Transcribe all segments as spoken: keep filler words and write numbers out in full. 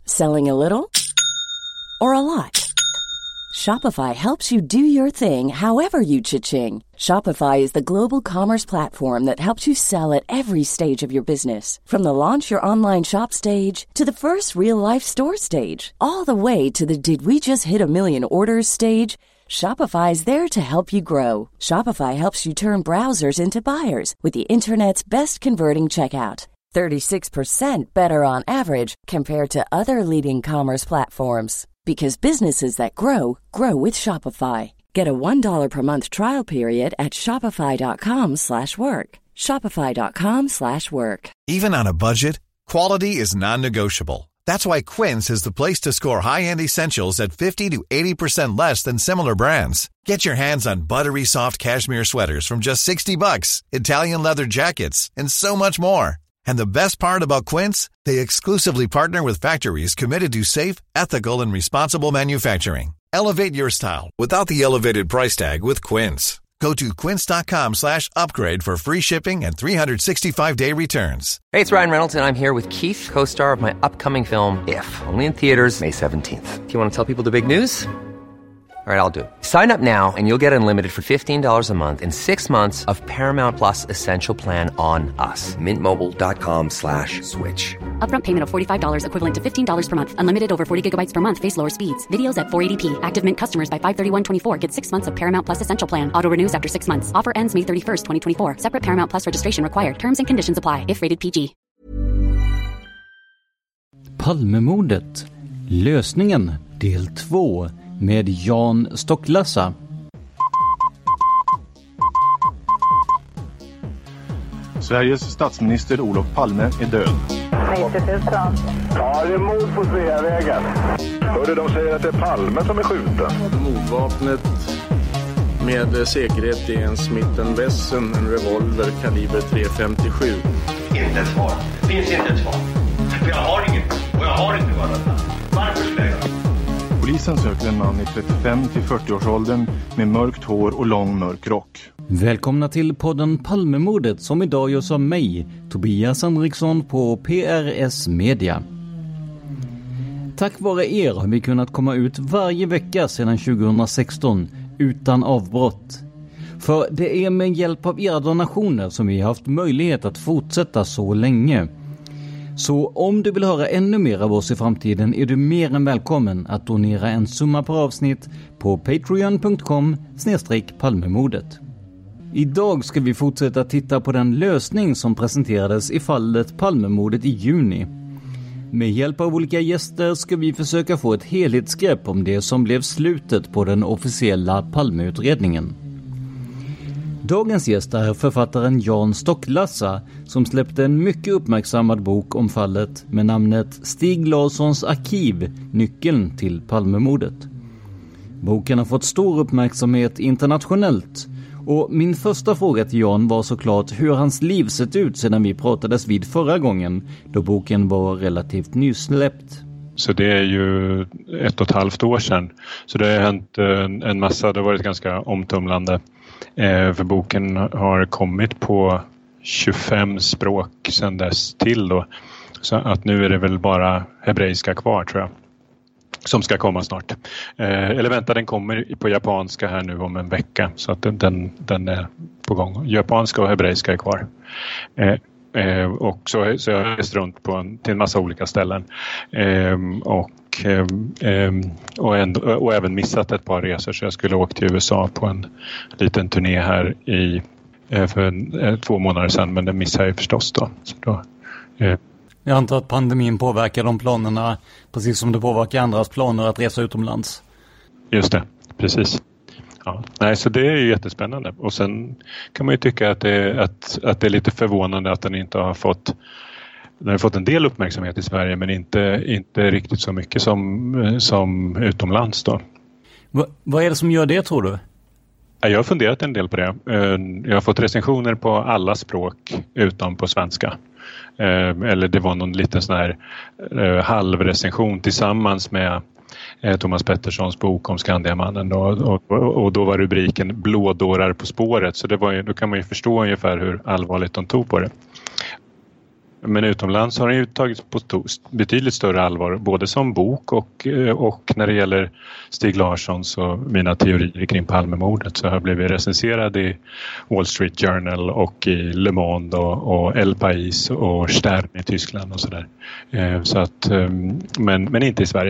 Selling a little or a lot? Shopify helps you do your thing however you cha-ching. Shopify is the global commerce platform that helps you sell at every stage of your business. From the launch your online shop stage to the first real-life store stage, all the way to the did we just hit a million orders stage. Shopify is there to help you grow. Shopify helps you turn browsers into buyers with the internet's best converting checkout. thirty-six percent better on average compared to other leading commerce platforms. Because businesses that grow, grow with Shopify. Get a one dollar per month trial period at shopify.com slash work. Shopify.com slash work. Even on a budget, quality is non-negotiable. That's why Quince is the place to score high-end essentials at fifty to eighty percent less than similar brands. Get your hands on buttery soft cashmere sweaters from just sixty bucks, Italian leather jackets, and so much more. And the best part about Quince, they exclusively partner with factories committed to safe, ethical, and responsible manufacturing. Elevate your style without the elevated price tag with Quince. Go to quince.com slash upgrade for free shipping and three sixty-five day returns. Hey, it's Ryan Reynolds, and I'm here with Keith, co-star of my upcoming film, If, only in theaters May seventeenth. Do you want to tell people the big news? All right, I'll do it. Sign up now and you'll get unlimited for fifteen dollars a month and six months of Paramount Plus Essential Plan on us. Mint Mobile dot com slash switch. Upfront payment of forty-five dollars equivalent to fifteen dollars per month. Unlimited over forty gigabytes per month. Face lower speeds. Videos at four eighty p. Active Mint customers by five thirty-one twenty-four get six months of Paramount Plus Essential Plan. Auto renews after six months. Offer ends May thirty-first, twenty twenty-four. Separate Paramount Plus registration required. Terms and conditions apply if rated P G. Palmemordet. Lösningen del två med Jan Stocklassa. Sveriges statsminister Olof Palme är död. nittio tusen. Ja, det är mord på Sveavägen. Hörde de säger att det är Palme som är skjuten. Mordvapnet med säkerhet är en Smith and Wesson, en revolver kaliber tre femtiosju. Inte ett svar. Det finns inte ett svar. För jag har inget. Och jag har inte varit. Varför skulle jag? Polisen söker en man i trettiofem till fyrtio-årsåldern med mörkt hår och lång mörk rock. Välkomna till podden Palmemordet som idag görs av mig, Tobias Henriksson på P R S Media. Tack vare er har vi kunnat komma ut varje vecka sedan tjugohundrasexton utan avbrott. För det är med hjälp av era donationer som vi har haft möjlighet att fortsätta så länge. Så om du vill höra ännu mer av oss i framtiden är du mer än välkommen att donera en summa per avsnitt på patreon punkt com slash palmemordet. Idag ska vi fortsätta titta på den lösning som presenterades i fallet Palmemordet i juni. Med hjälp av olika gäster ska vi försöka få ett helhetsgrepp om det som blev slutet på den officiella Palmeutredningen. Dagens gäst är författaren Jan Stocklassa som släppte en mycket uppmärksammad bok om fallet med namnet Stig Larssons arkiv, nyckeln till Palmemordet. Boken har fått stor uppmärksamhet internationellt och min första fråga till Jan var såklart hur hans liv sett ut sedan vi pratades vid förra gången då boken var relativt nysläppt. Så det är ju ett och ett halvt år sedan. Så det har hänt en massa, det har varit ganska omtumlande. Eh, för boken har kommit på tjugofem språk sedan dess till då. Så att nu är det väl bara hebreiska kvar tror jag. Som ska komma snart. Eh, eller vänta, den kommer på japanska här nu om en vecka. Så att den, den, den är på gång. Japanska och hebreiska är kvar. Eh, Eh, och så, så jag har rest runt på en, till en massa olika ställen eh, och, eh, och, ändå, och även missat ett par resor, så jag skulle åka till U S A på en liten turné här i, eh, för en, eh, två månader sedan, men det missade jag förstås då. Så då eh. Jag antar att pandemin påverkar de planerna precis som det påverkar andras planer att resa utomlands. Just det, precis. Ja, nej, så det är ju jättespännande. Och sen kan man ju tycka att det är, att, att det är lite förvånande att den inte har fått, den har fått en del uppmärksamhet i Sverige men inte, inte riktigt så mycket som, som utomlands då. Va, vad är det som gör det tror du? Jag har funderat en del på det. Jag har fått recensioner på alla språk utom på svenska. Eller det var någon liten sån här halvrecension tillsammans med Thomas Petterssons bok om Skandiamannen då, och, och, och då var rubriken Blådårar på spåret, så det var ju, då kan man ju förstå ungefär hur allvarligt de tog på det. Men utomlands har den ju tagits på betydligt större allvar, både som bok och, och när det gäller Stig Larssons och mina teorier kring Palmemordet, så har jag blivit recenserad i Wall Street Journal och i Le Monde och, och El País och Stern i Tyskland och sådär. Så att, men, men inte i Sverige.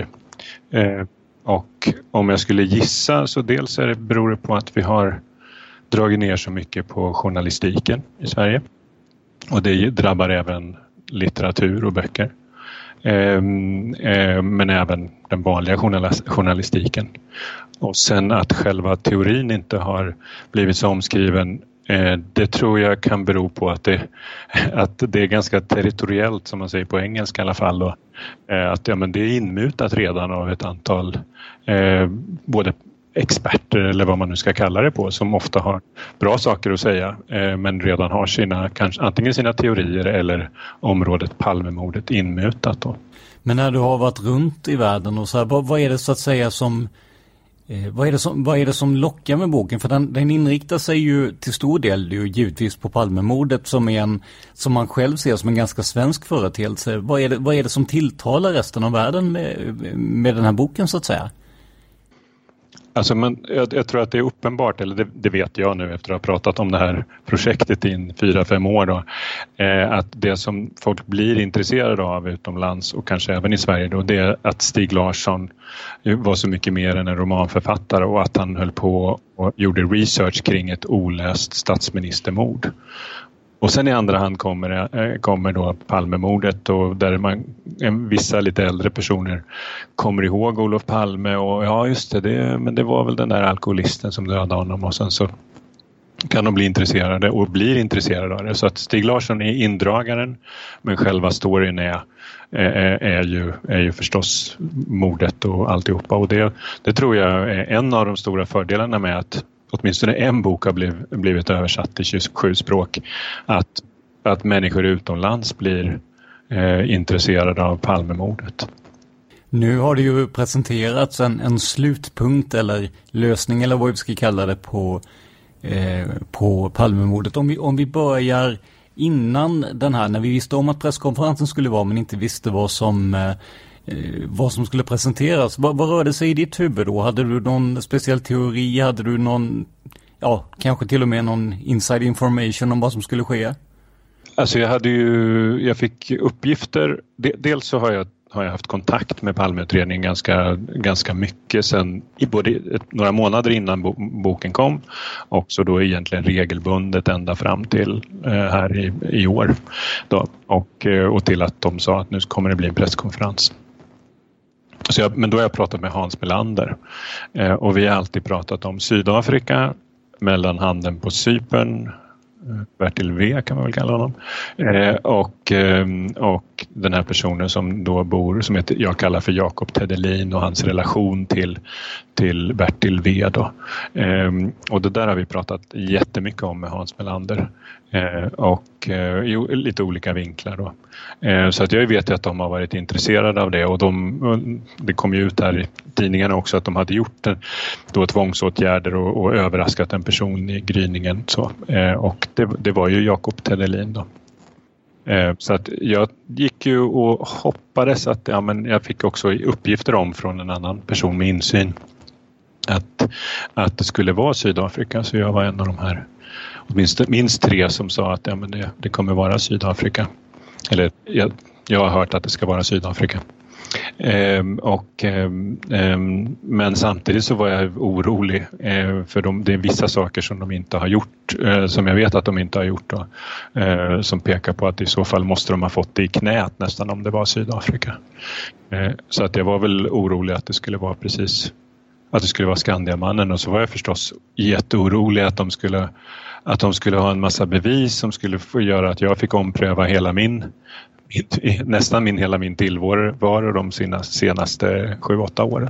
Och om jag skulle gissa, så dels är det, beror det på att vi har dragit ner så mycket på journalistiken i Sverige. Och det drabbar även litteratur och böcker. Eh, eh, men även den vanliga journalistiken. Och sen att själva teorin inte har blivit så omskriven, eh, det tror jag kan bero på att det, att det är ganska territoriellt, som man säger på engelska i alla fall. Då. Eh, att ja, men det är inmutat redan av ett antal eh, både experter eller vad man nu ska kalla det på, som ofta har bra saker att säga eh, men redan har sina, kanske antingen sina teorier eller området Palmemordet inmutat då. Men när du har varit runt i världen och så här, vad, vad är det så att säga som eh, vad är det som vad är det som lockar med boken? För den, den inriktar sig ju till stor del ju givetvis på Palmemordet, som är en, som man själv ser som en ganska svensk företeelse. Vad är det, vad är det som tilltalar resten av världen med, med den här boken så att säga? Alltså man, jag, jag tror att det är uppenbart, eller det, det vet jag nu efter att ha pratat om det här projektet i fyra, fem år då, eh, att det som folk blir intresserade av utomlands och kanske även i Sverige då, det är att Stig Larsson var så mycket mer än en romanförfattare och att han höll på och gjorde research kring ett olöst statsministermord. Och sen i andra hand kommer, kommer då Palmemordet, och där man, vissa lite äldre personer kommer ihåg Olof Palme och ja just det, det, men det var väl den där alkoholisten som dödade honom, och sen så kan de bli intresserade och blir intresserade av det. Så att Stig Larsson är indragaren, men själva storyn är, är, är, ju, är ju förstås mordet och alltihopa. Och det, det tror jag är en av de stora fördelarna med att åtminstone en bok har blivit, blivit översatt till tjugosju språk. Att, att människor utomlands blir eh, intresserade av Palmemordet. Nu har det ju presenterats en, en slutpunkt eller lösning eller vad vi ska kalla det på, eh, på Palmemordet. Om vi, om vi börjar innan den här, när vi visste om att presskonferensen skulle vara men inte visste vad som... Eh, vad som skulle presenteras. Vad, vad rörde sig i ditt huvud då? Hade du någon speciell teori? Hade du någon, ja, kanske till och med någon inside information om vad som skulle ske? Alltså jag hade ju, jag fick uppgifter. Dels så har jag, har jag haft kontakt med Palmeutredningen ganska, ganska mycket sen, i både ett, några månader innan bo, boken kom, och så då egentligen regelbundet ända fram till eh, här i, i år då. Och, och till att de sa att nu kommer det bli en presskonferens. Så jag, men då har jag pratat med Hans Melander eh, och vi har alltid pratat om Sydafrika, mellanhanden på Cypern, Bertil V kan man väl kalla honom, eh, och, eh, och den här personen som då bor, som heter, jag kallar för Jakob Tedelin, och hans relation till, till Bertil V då. Eh, och det där har vi pratat jättemycket om med Hans Melander eh, och eh, jo, lite olika vinklar då. Eh, så att jag vet att de har varit intresserade av det, och de, det kom ju ut här i tidningarna också att de hade gjort en, då tvångsåtgärder och, och överraskat en person i gryningen så. Eh, och det, det var ju Jakob Tedelin då. Eh, så att jag gick ju och hoppades att, ja men jag fick också uppgifter om från en annan person med insyn att, att det skulle vara Sydafrika, så jag var en av de här åtminstone minst tre som sa att ja, men det, det kommer vara Sydafrika. Eller jag, jag har hört att det ska vara Sydafrika. Ehm, och, ehm, men samtidigt så var jag orolig eh, för de, det är vissa saker som de inte har gjort, eh, som jag vet att de inte har gjort då, eh, som pekar på att i så fall måste de ha fått det i knät nästan om det var Sydafrika. Eh, så att jag var väl orolig att det skulle vara precis att det skulle vara Skandiamannen, och så var jag förstås jätteorolig att de skulle att de skulle ha en massa bevis som skulle få göra att jag fick ompröva hela min, min nästan min hela min tillvaro de sina senaste sju, åtta åren.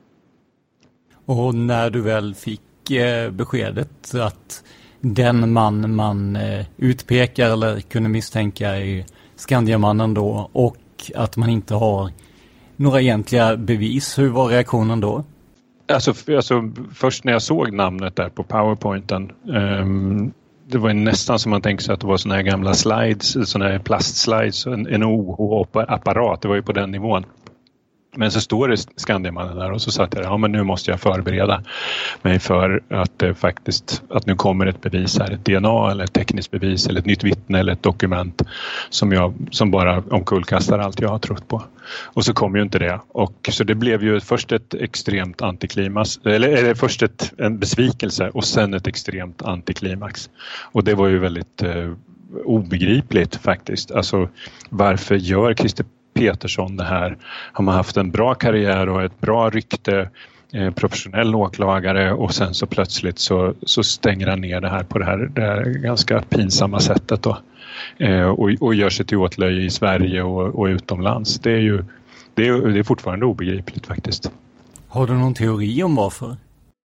Och när du väl fick eh, beskedet att den man man eh, utpekar eller kunde misstänka är Skandiamannen då, och att man inte har några egentliga bevis, hur var reaktionen då? Alltså, alltså först när jag såg namnet där på PowerPointen um, det var nästan som man tänkte sig att det var såna här gamla slides, såna här plastslides, en, en O H-apparat, det var ju på den nivån. Men så står det Skandiamannen där och så satt jag, ja men nu måste jag förbereda mig för att det faktiskt, att nu kommer ett bevis här, ett D N A eller ett tekniskt bevis eller ett nytt vittne eller ett dokument som jag, som bara omkullkastar allt jag har trott på. Och så kom ju inte det. Och så det blev ju först ett extremt antiklimax, eller, eller först ett, en besvikelse och sen ett extremt antiklimax. Och det var ju väldigt eh, obegripligt faktiskt. Alltså varför gör Christer Petersson det här? Har man haft en bra karriär och ett bra rykte, eh, professionell åklagare, och sen så plötsligt så, så stänger han ner det här på det här, det här ganska pinsamma sättet då. Eh, och, och gör sig till åtlöje i Sverige och, och utomlands. Det är ju det är, det är fortfarande obegripligt faktiskt. Har du någon teori om varför?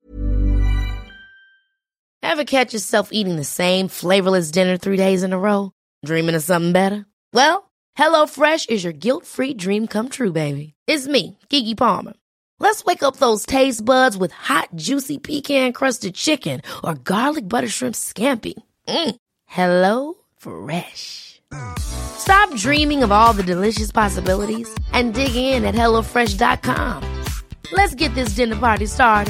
Ever catch yourself eating the same flavorless dinner three days in a row? Dreaming of something better? Well, HelloFresh is your guilt-free dream come true, baby. It's me, Keke Palmer. Let's wake up those taste buds with hot, juicy pecan-crusted chicken or garlic butter shrimp scampi. Mm. Hello Fresh. Stop dreaming of all the delicious possibilities and dig in at hello fresh dot com. Let's get this dinner party started.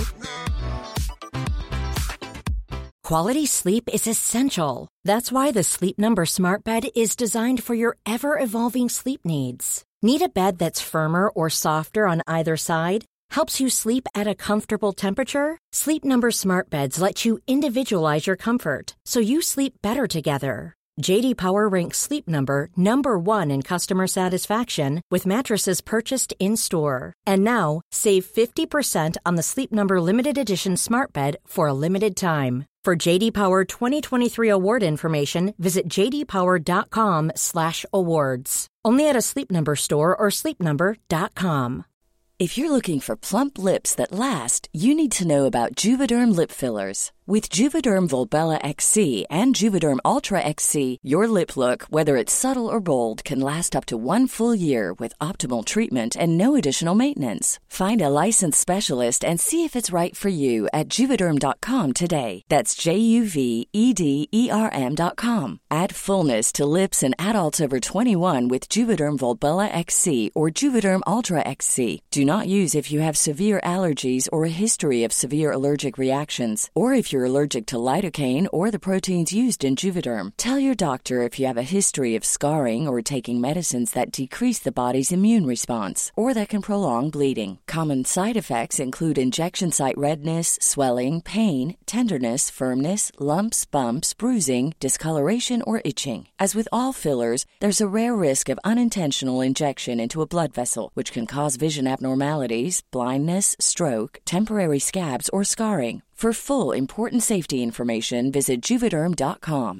Quality sleep is essential. That's why the Sleep Number Smart Bed is designed for your ever-evolving sleep needs. Need a bed that's firmer or softer on either side? Helps you sleep at a comfortable temperature? Sleep Number Smart Beds let you individualize your comfort, so you sleep better together. J D Power ranks Sleep Number number one in customer satisfaction with mattresses purchased in-store. And now, save fifty percent on the Sleep Number Limited Edition Smart Bed for a limited time. For J D Power twenty twenty-three award information, visit j d power dot com slash awards. Only at a Sleep Number store or sleep number dot com. If you're looking for plump lips that last, you need to know about Juvederm lip fillers. With Juvederm Volbella X C and Juvederm Ultra X C, your lip look, whether it's subtle or bold, can last up to one full year with optimal treatment and no additional maintenance. Find a licensed specialist and see if it's right for you at juvederm dot com today. That's J U V E D E R M dot com. Add fullness to lips in adults over twenty-one with Juvederm Volbella X C or Juvederm Ultra X C. Do not use if you have severe allergies or a history of severe allergic reactions, or if you're allergic to lidocaine or the proteins used in Juvederm. Tell your doctor if you have a history of scarring or taking medicines that decrease the body's immune response or that can prolong bleeding. Common side effects include injection site redness, swelling, pain, tenderness, firmness, lumps, bumps, bruising, discoloration, or itching. As with all fillers, there's a rare risk of unintentional injection into a blood vessel, which can cause vision abnormalities, blindness, stroke, temporary scabs, or scarring. For full important safety information, visit juvederm dot com.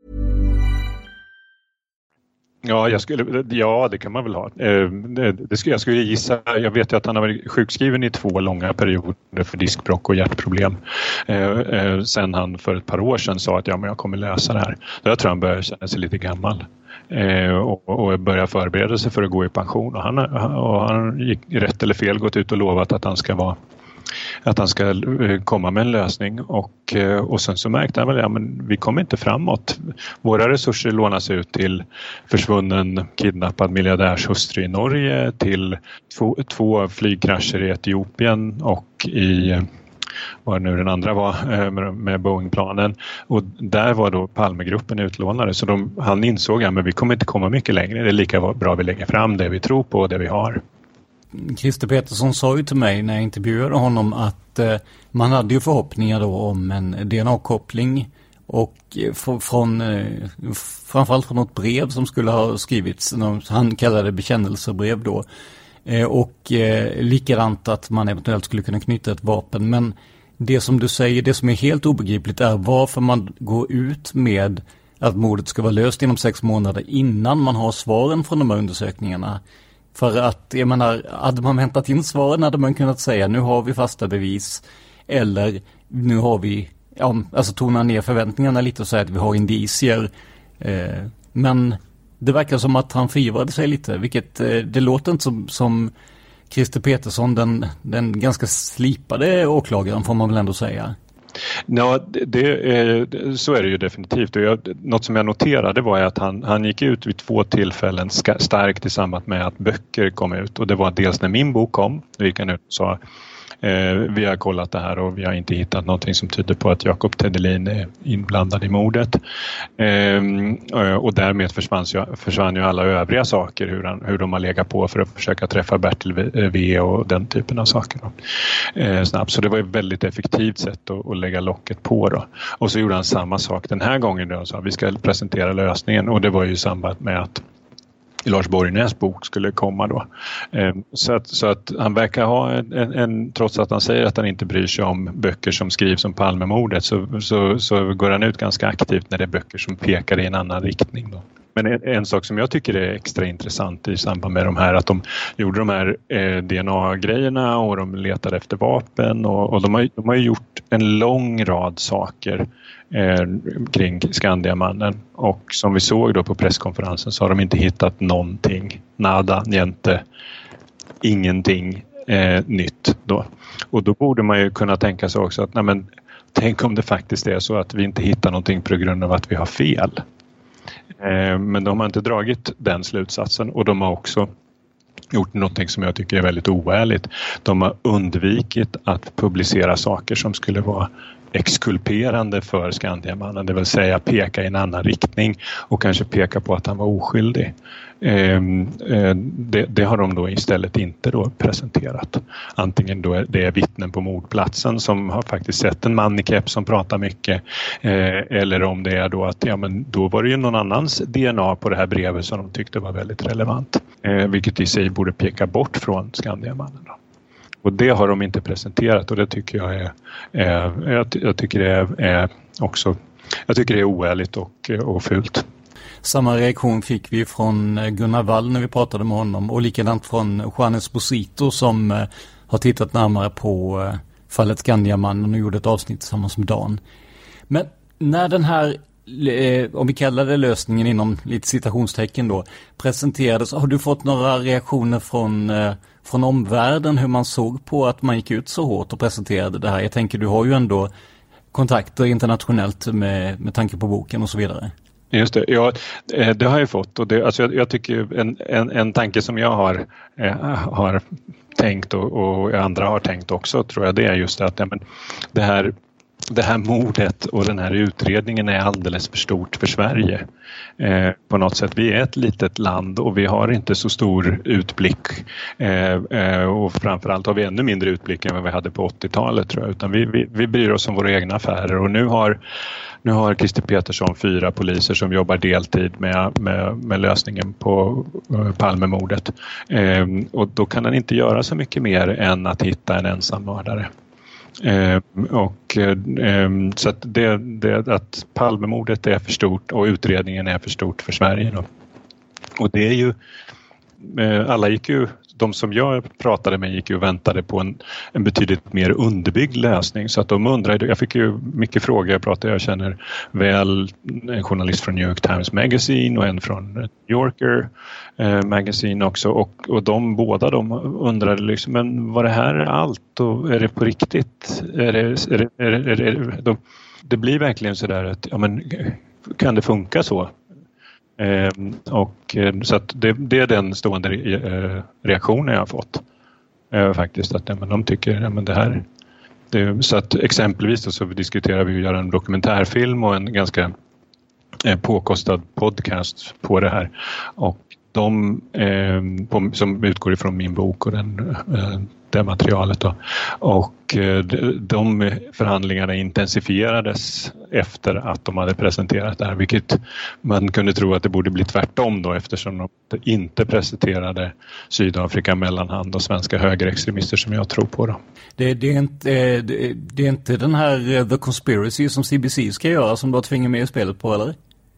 Ja, jag skulle, ja, det kan man väl ha. Eh, det, det skulle, jag skulle gissa, jag vet ju att han har varit sjukskriven i två långa perioder för diskbråck och hjärtproblem. Eh, eh, sen han för ett par år sedan sa att ja, men jag kommer lösa det här. Så jag tror han börjar känna sig lite gammal. Eh, och, och börjar förbereda sig för att gå i pension. Och han, och han gick rätt eller fel gått ut och lovat att han ska vara att han ska komma med en lösning, och, och sen så märkte han väl ja, men vi kommer inte framåt. Våra resurser lånas ut till försvunnen kidnappad miljardärshustru i Norge, till två, två flygkrascher i Etiopien och i vad nu den andra var med, med Boeing-planen, och där var då Palmegruppen utlånade, så de, han insåg att ja, vi kommer inte komma mycket längre, det är lika bra vi lägger fram det vi tror på och det vi har. Christer Petersson sa ju till mig när jag intervjuade honom att eh, man hade ju förhoppningar då om en D N A-koppling och eh, från eh, framförallt från något brev som skulle ha skrivits, han kallade det bekännelsebrev då, eh, och eh, likadant att man eventuellt skulle kunna knyta ett vapen. Men det som du säger, det som är helt obegripligt är varför man går ut med att mordet ska vara löst inom sex månader innan man har svaren från de här undersökningarna. För att, jag menar, hade man väntat in svaren hade man kunnat säga nu har vi fasta bevis, eller nu har vi, ja, alltså tona ner förväntningarna lite och säga att vi har indicier. Eh, men det verkar som att han förgivrade sig lite, vilket eh, det låter inte som, som Christer Petersson, den, den ganska slipade åklagaren får man väl ändå säga. Ja, det, det är, så är det ju definitivt. Och jag, något som jag noterade var att han, han gick ut vid två tillfällen ska, starkt i samband med att böcker kom ut. Och det var dels när min bok kom, då gick han ut och sa eh, vi har kollat det här och vi har inte hittat någonting som tyder på att Jacob Tedelin är inblandad i mordet. Eh, och därmed försvann ju, försvann ju alla övriga saker, hur, han, hur de har legat på för att försöka träffa Bertil V och den typen av saker. Eh, snabbt. Så det var ett väldigt effektivt sätt att, att lägga locket på då. Och så gjorde han samma sak den här gången då, och sa vi ska presentera lösningen, och det var ju i samband med att Lars Borgnäs bok skulle komma då. Eh, så, att, så att han verkar ha en, en, en, trots att han säger att han inte bryr sig om böcker som skrivs om Palmemordet, så, så, så går han ut ganska aktivt när det är böcker som pekar i en annan riktning då. Men en, en sak som jag tycker är extra intressant i samband med de här, att de gjorde de här eh, D N A-grejerna och de letade efter vapen, och, och de, har, de har gjort en lång rad saker eh, kring Skandiamannen, och som vi såg då på presskonferensen så har de inte hittat någonting, nada, niente, ingenting eh, nytt då. Och då borde man ju kunna tänka sig också att nej men, tänk om det faktiskt är så att vi inte hittar någonting på grund av att vi har fel. Men de har inte dragit den slutsatsen, och de har också gjort någonting som jag tycker är väldigt oärligt. De har undvikit att publicera saker som skulle vara exkulperande för Skandiamannen, det vill säga peka i en annan riktning och kanske peka på att han var oskyldig. Det, det har de då istället inte då presenterat. Antingen då är det är vittnen på mordplatsen som har faktiskt sett en man i keps som pratar mycket, eller om det är då att ja, men då var det ju någon annans D N A på det här brevet som de tyckte var väldigt relevant, vilket i sig borde peka bort från Skandiamannen då. Och det har de inte presenterat, och det tycker jag är, är jag, jag tycker det är, är också jag tycker det är oärligt och, och fult. Samma reaktion fick vi från Gunnar Wall när vi pratade med honom, och likadant från Juan Esposito som eh, har tittat närmare på eh, fallet Skandiamannen och gjorde ett avsnitt tillsammans med Dan. Men när den här, eh, om vi kallar det lösningen inom lite citationstecken då, presenterades, har du fått några reaktioner från, eh, från omvärlden hur man såg på att man gick ut så hårt och presenterade det här? Jag tänker, du har ju ändå kontakter internationellt med, med tanke på boken och så vidare. Just det, ja, det har jag fått, och det, alltså jag, jag tycker en, en, en tanke som jag har, eh, har tänkt och, och andra har tänkt också, tror jag, det är just att ja, men det, här, det här mordet och den här utredningen är alldeles för stort för Sverige. Eh, på något sätt, vi är ett litet land och vi har inte så stor utblick, eh, eh, och framförallt har vi ännu mindre utblick än vad vi hade på åttiotalet, tror jag, utan vi, vi, vi bryr oss om våra egna affärer, och nu har Nu har Christer Petersson fyra poliser som jobbar deltid med, med, med lösningen på Palmemordet. Ehm, och då kan han inte göra så mycket mer än att hitta en ensam mördare. Ehm, och, ehm, så att, det, det, att Palmemordet är för stort och utredningen är för stort för Sverige. Då. Och det är ju, alla gick ju, de som jag pratade med gick ju och väntade på en, en betydligt mer underbyggd lösning, så att de undrade, jag fick ju mycket frågor, jag pratade, jag känner väl en journalist från New York Times Magazine och en från New Yorker eh, Magazine också, och, och de båda de undrade liksom, men var det här allt och är det på riktigt? Är det, är det, är det, är det, de, det blir verkligen så där att, ja men kan det funka så? Eh, och så att det, det är den stående re, reaktionen jag har fått eh, faktiskt, att ja, men de tycker ja, men det här det, så att exempelvis då, så diskuterar vi att göra en dokumentärfilm och en ganska eh, påkostad podcast på det här, och de eh, på, som utgår ifrån min bok och den eh, det materialet då. Och eh, de förhandlingarna intensifierades efter att de hade presenterat det här, vilket man kunde tro att det borde bli tvärtom då, eftersom de inte presenterade Sydafrika, mellanhand och svenska högerextremister som jag tror på då. Det, det, är inte, det, det är inte den här The Conspiracy som C B C ska göra som du har tvingat med i spelet på, eller?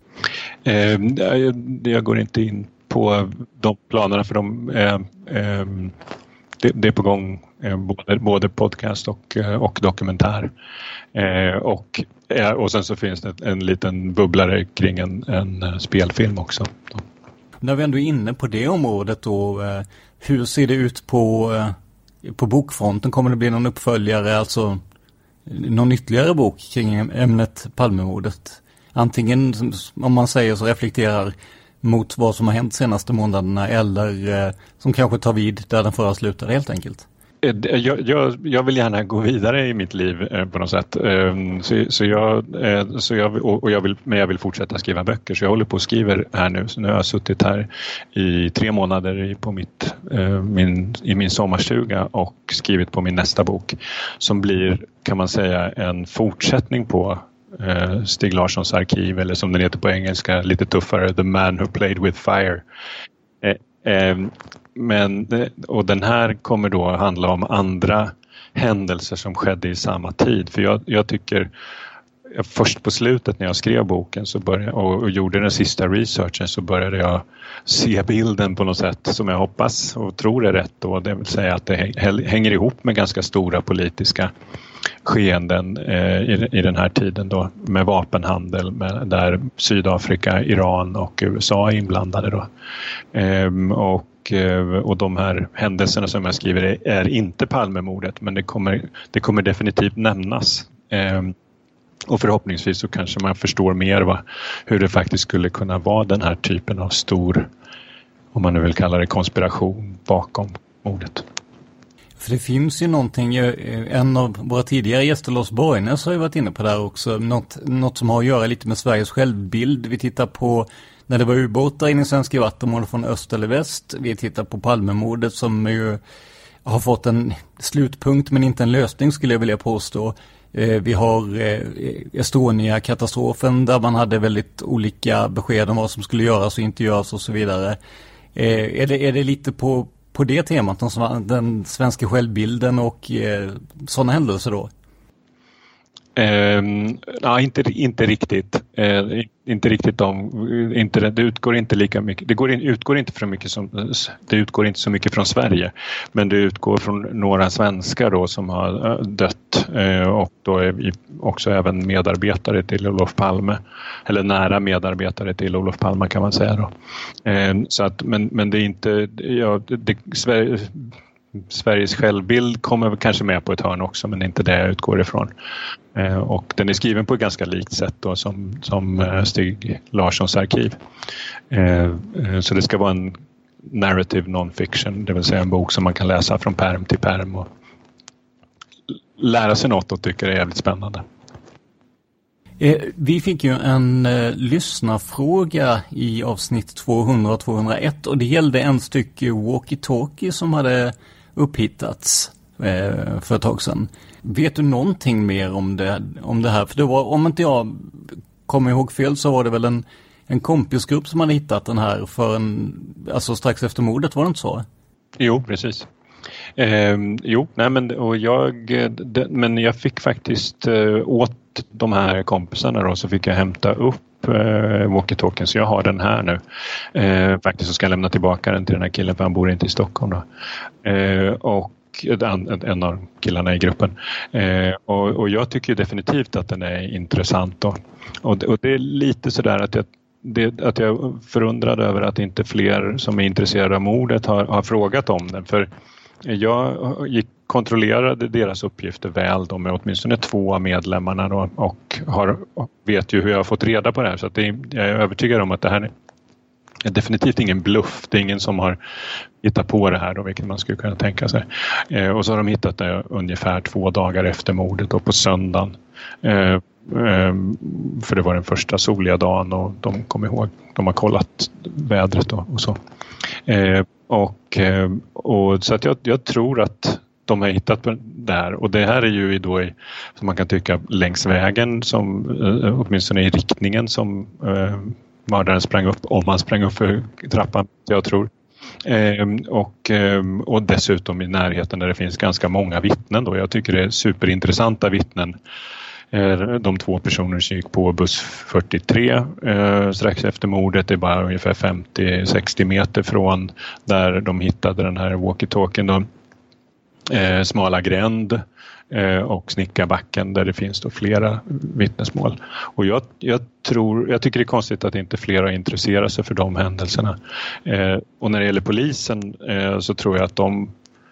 Eh, jag, jag går inte in på de planerna, för de eh, eh, Det, det är på gång eh, både, både podcast och, eh, och dokumentär. Eh, och, eh, och sen så finns det en liten bubblare kring en, en spelfilm också. När vi ändå är inne på det området då, eh, hur ser det ut på, eh, på bokfronten? Kommer det bli någon uppföljare? Alltså, någon ytterligare bok kring ämnet Palmemordet. Antingen, om man säger så, reflekterar mot vad som har hänt senaste månaderna eller eh, som kanske tar vid där den förra slutar helt enkelt. Jag, jag, jag vill gärna gå vidare i mitt liv eh, på något sätt. Eh, så, så jag, eh, så jag, och jag vill, men jag vill fortsätta skriva böcker. Så jag håller på och skriver här nu. Så nu har jag suttit här i tre månader i, på mitt, eh, min, i min sommarstuga och skrivit på min nästa bok. Som blir, kan man säga, en fortsättning på eh, Stig Larssons arkiv. Eller som den heter på engelska, lite tuffare, The Man Who Played With Fire. Eh, eh, Men, och den här kommer då handla om andra händelser som skedde i samma tid. För jag, jag tycker, först på slutet när jag skrev boken så började, och, och gjorde den sista researchen så började jag se bilden på något sätt som jag hoppas och tror är rätt då. Det vill säga att det hänger ihop med ganska stora politiska skeenden eh, i, i den här tiden då, med vapenhandel med, där Sydafrika, Iran och U S A är inblandade då. Ehm, och Och de här händelserna som jag skriver är, är inte Palmemordet, men det kommer, det kommer definitivt nämnas. Ehm, och förhoppningsvis så kanske man förstår mer va, hur det faktiskt skulle kunna vara den här typen av stor, om man nu vill kalla det, konspiration bakom mordet. För det finns ju någonting, en av våra tidigare gäster, Lars Borgnäs, har ju varit inne på det här också. Något, något som har att göra lite med Sveriges självbild. Vi tittar på när det var ubåtar in i svenska vattenmål från öst eller väst. Vi tittar på Palmemordet som ju har fått en slutpunkt men inte en lösning, skulle jag vilja påstå. Vi har Estonia-katastrofen där man hade väldigt olika besked om vad som skulle göras och inte göras och så vidare. Är det, är det lite på, på det temat, den svenska självbilden och sådana händelser då? Um, ja, inte, inte riktigt. Uh, inte riktigt om, inte, det utgår inte lika mycket. Det går in, utgår inte för mycket som, det utgår inte så mycket från Sverige, men det utgår från några svenskar då som har dött uh, och då är vi också även medarbetare till Olof Palme, eller nära medarbetare till Olof Palme kan man säga då. Uh, så att, men, men det är inte, ja, det, Sverige, Sveriges självbild kommer kanske med på ett hörn också, men inte det jag utgår ifrån. Eh, och den är skriven på ett ganska likt sätt då, som, som Stig Larssons arkiv. Eh, så det ska vara en narrative non-fiction, det vill säga en bok som man kan läsa från pärm till pärm och lära sig något och tycker det är jävligt spännande. Eh, vi fick ju en eh, lyssnarfråga i avsnitt tvåhundra och tvåhundraett och det gällde en stycke walkie-talkie som hade upphittats eh, för ett tag sedan. Vet du någonting mer om det, om det här? För det var, om inte jag kommer ihåg fel, så var det väl en, en kompisgrupp som hade hittat den här för en, alltså strax efter mordet, var det inte så? Jo, precis. Eh, jo, nej men, och jag, det, men jag fick faktiskt eh, åt de här kompisarna då, så fick jag hämta upp eh, walkie-talkien, så jag har den här nu. Eh, faktiskt så ska jag lämna tillbaka den till den här killen, för han bor inte i Stockholm då. Eh, och en, en av killarna i gruppen. Eh, och, och jag tycker definitivt att den är intressant då. Och, och det är lite sådär att jag Det, att jag förundrad över att inte fler som är intresserade av mordet har, har frågat om den. För jag gick, kontrollerade deras uppgifter väl då, med åtminstone två av medlemmarna då, och har, vet ju hur jag har fått reda på det här. Så att det, jag är övertygad om att det här är definitivt ingen bluff. Det är ingen som har hittat på det här då, vilket man skulle kunna tänka sig. Eh, och så har de hittat det ungefär två dagar efter mordet då, på söndagen. Eh, för det var den första soliga dagen och de kom ihåg, de har kollat vädret och, och så eh, och, och så att jag, jag tror att de har hittat på det här, och det här är ju då i, som man kan tycka, längs vägen som eh, åtminstone i riktningen som eh, mördaren sprang upp, om han sprang upp för trappan, jag tror. Eh, och, eh, och dessutom i närheten där det finns ganska många vittnen då. Jag tycker det är superintressanta vittnen. De två personer som gick på buss fyrtiotre eh, strax efter mordet är bara ungefär femtio till sextio meter från där de hittade den här walkie-talkien då. Eh, smala gränd eh, och Snickarbacken där det finns då flera vittnesmål. Och jag, jag tror, jag tycker det är konstigt att inte fler har intresserat sig för de händelserna. Eh, och när det gäller polisen eh, så tror jag att de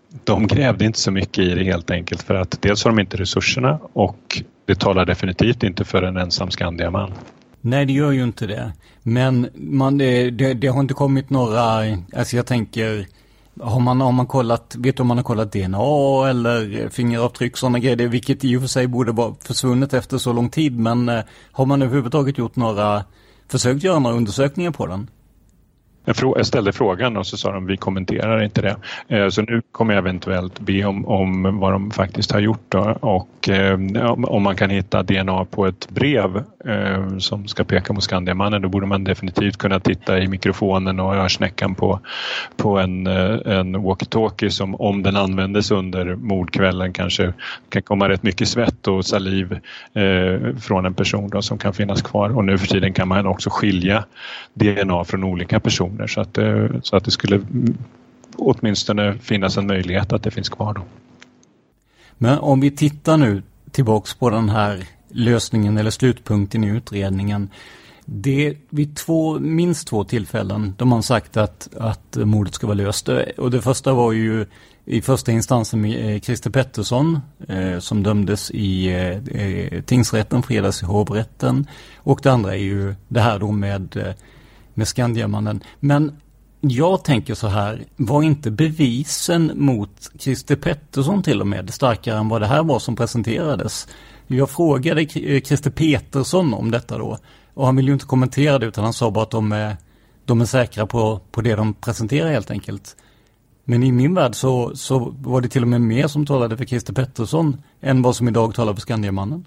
de grävde inte så mycket i det helt enkelt för att dels har de inte resurserna och det talar definitivt inte för en ensam Skandiaman. Nej, det gör ju inte det. Men man, det, det, det har inte kommit några, alltså jag tänker, har man, har man kollat, vet du om man har kollat D N A eller fingeravtryck, sådana grejer, vilket i och för sig borde vara försvunnet efter så lång tid, men eh, har man överhuvudtaget gjort några, försökt göra några undersökningar på den? Jag ställde frågan och så sa de vi kommenterar inte det. Så nu kommer jag eventuellt be om, om vad de faktiskt har gjort då. Och eh, om man kan hitta D N A på ett brev eh, som ska peka mot Skandiamannen, då borde man definitivt kunna titta i mikrofonen och örsnäckan på, på en, en walkie-talkie som om den användes under mordkvällen kanske kan komma rätt mycket svett och saliv eh, från en person då, som kan finnas kvar. Och nu för tiden kan man också skilja D N A från olika personer. Så att, så att det skulle åtminstone finnas en möjlighet att det finns kvar då. Men om vi tittar nu tillbaks på den här lösningen eller slutpunkten i utredningen. Det är vid två, minst två tillfällen de har sagt att, att mordet ska vara löst. Och det första var ju i första instansen med Christer Pettersson eh, som dömdes i eh, tingsrätten, fredags i hovrätten. Och det andra är ju det här då med med Skandiamannen. Men jag tänker så här, var inte bevisen mot Christer Pettersson till och med starkare än vad det här var som presenterades? Jag frågade Christer Petersson om detta då, och han ville ju inte kommentera det utan han sa bara att de är, de är säkra på, på det de presenterar helt enkelt. Men i min värld så, så var det till och med mer som talade för Christer Pettersson än vad som idag talar för Skandiamannen.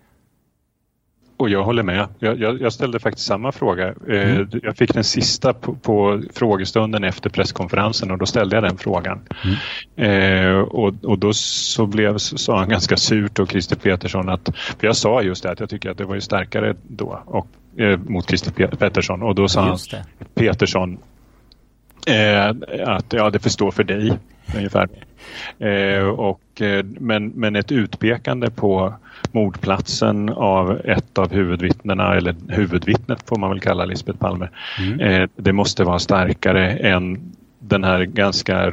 Och jag håller med. Jag, jag, jag ställde faktiskt samma fråga. Mm. Jag fick den sista på, på frågestunden efter presskonferensen och då ställde jag den frågan. Mm. Eh, och, och då så blev, sa han ganska surt och Christer Petersson att, för jag sa just det att jag tycker att det var ju starkare då och, eh, mot Christer Petersson och då sa han Petersson eh, att ja, det förstår för dig ungefär. Eh, och, eh, men, men ett utpekande på mordplatsen av ett av huvudvittnena, eller huvudvittnet får man väl kalla Lisbeth Palme, mm. eh, det måste vara starkare än den här ganska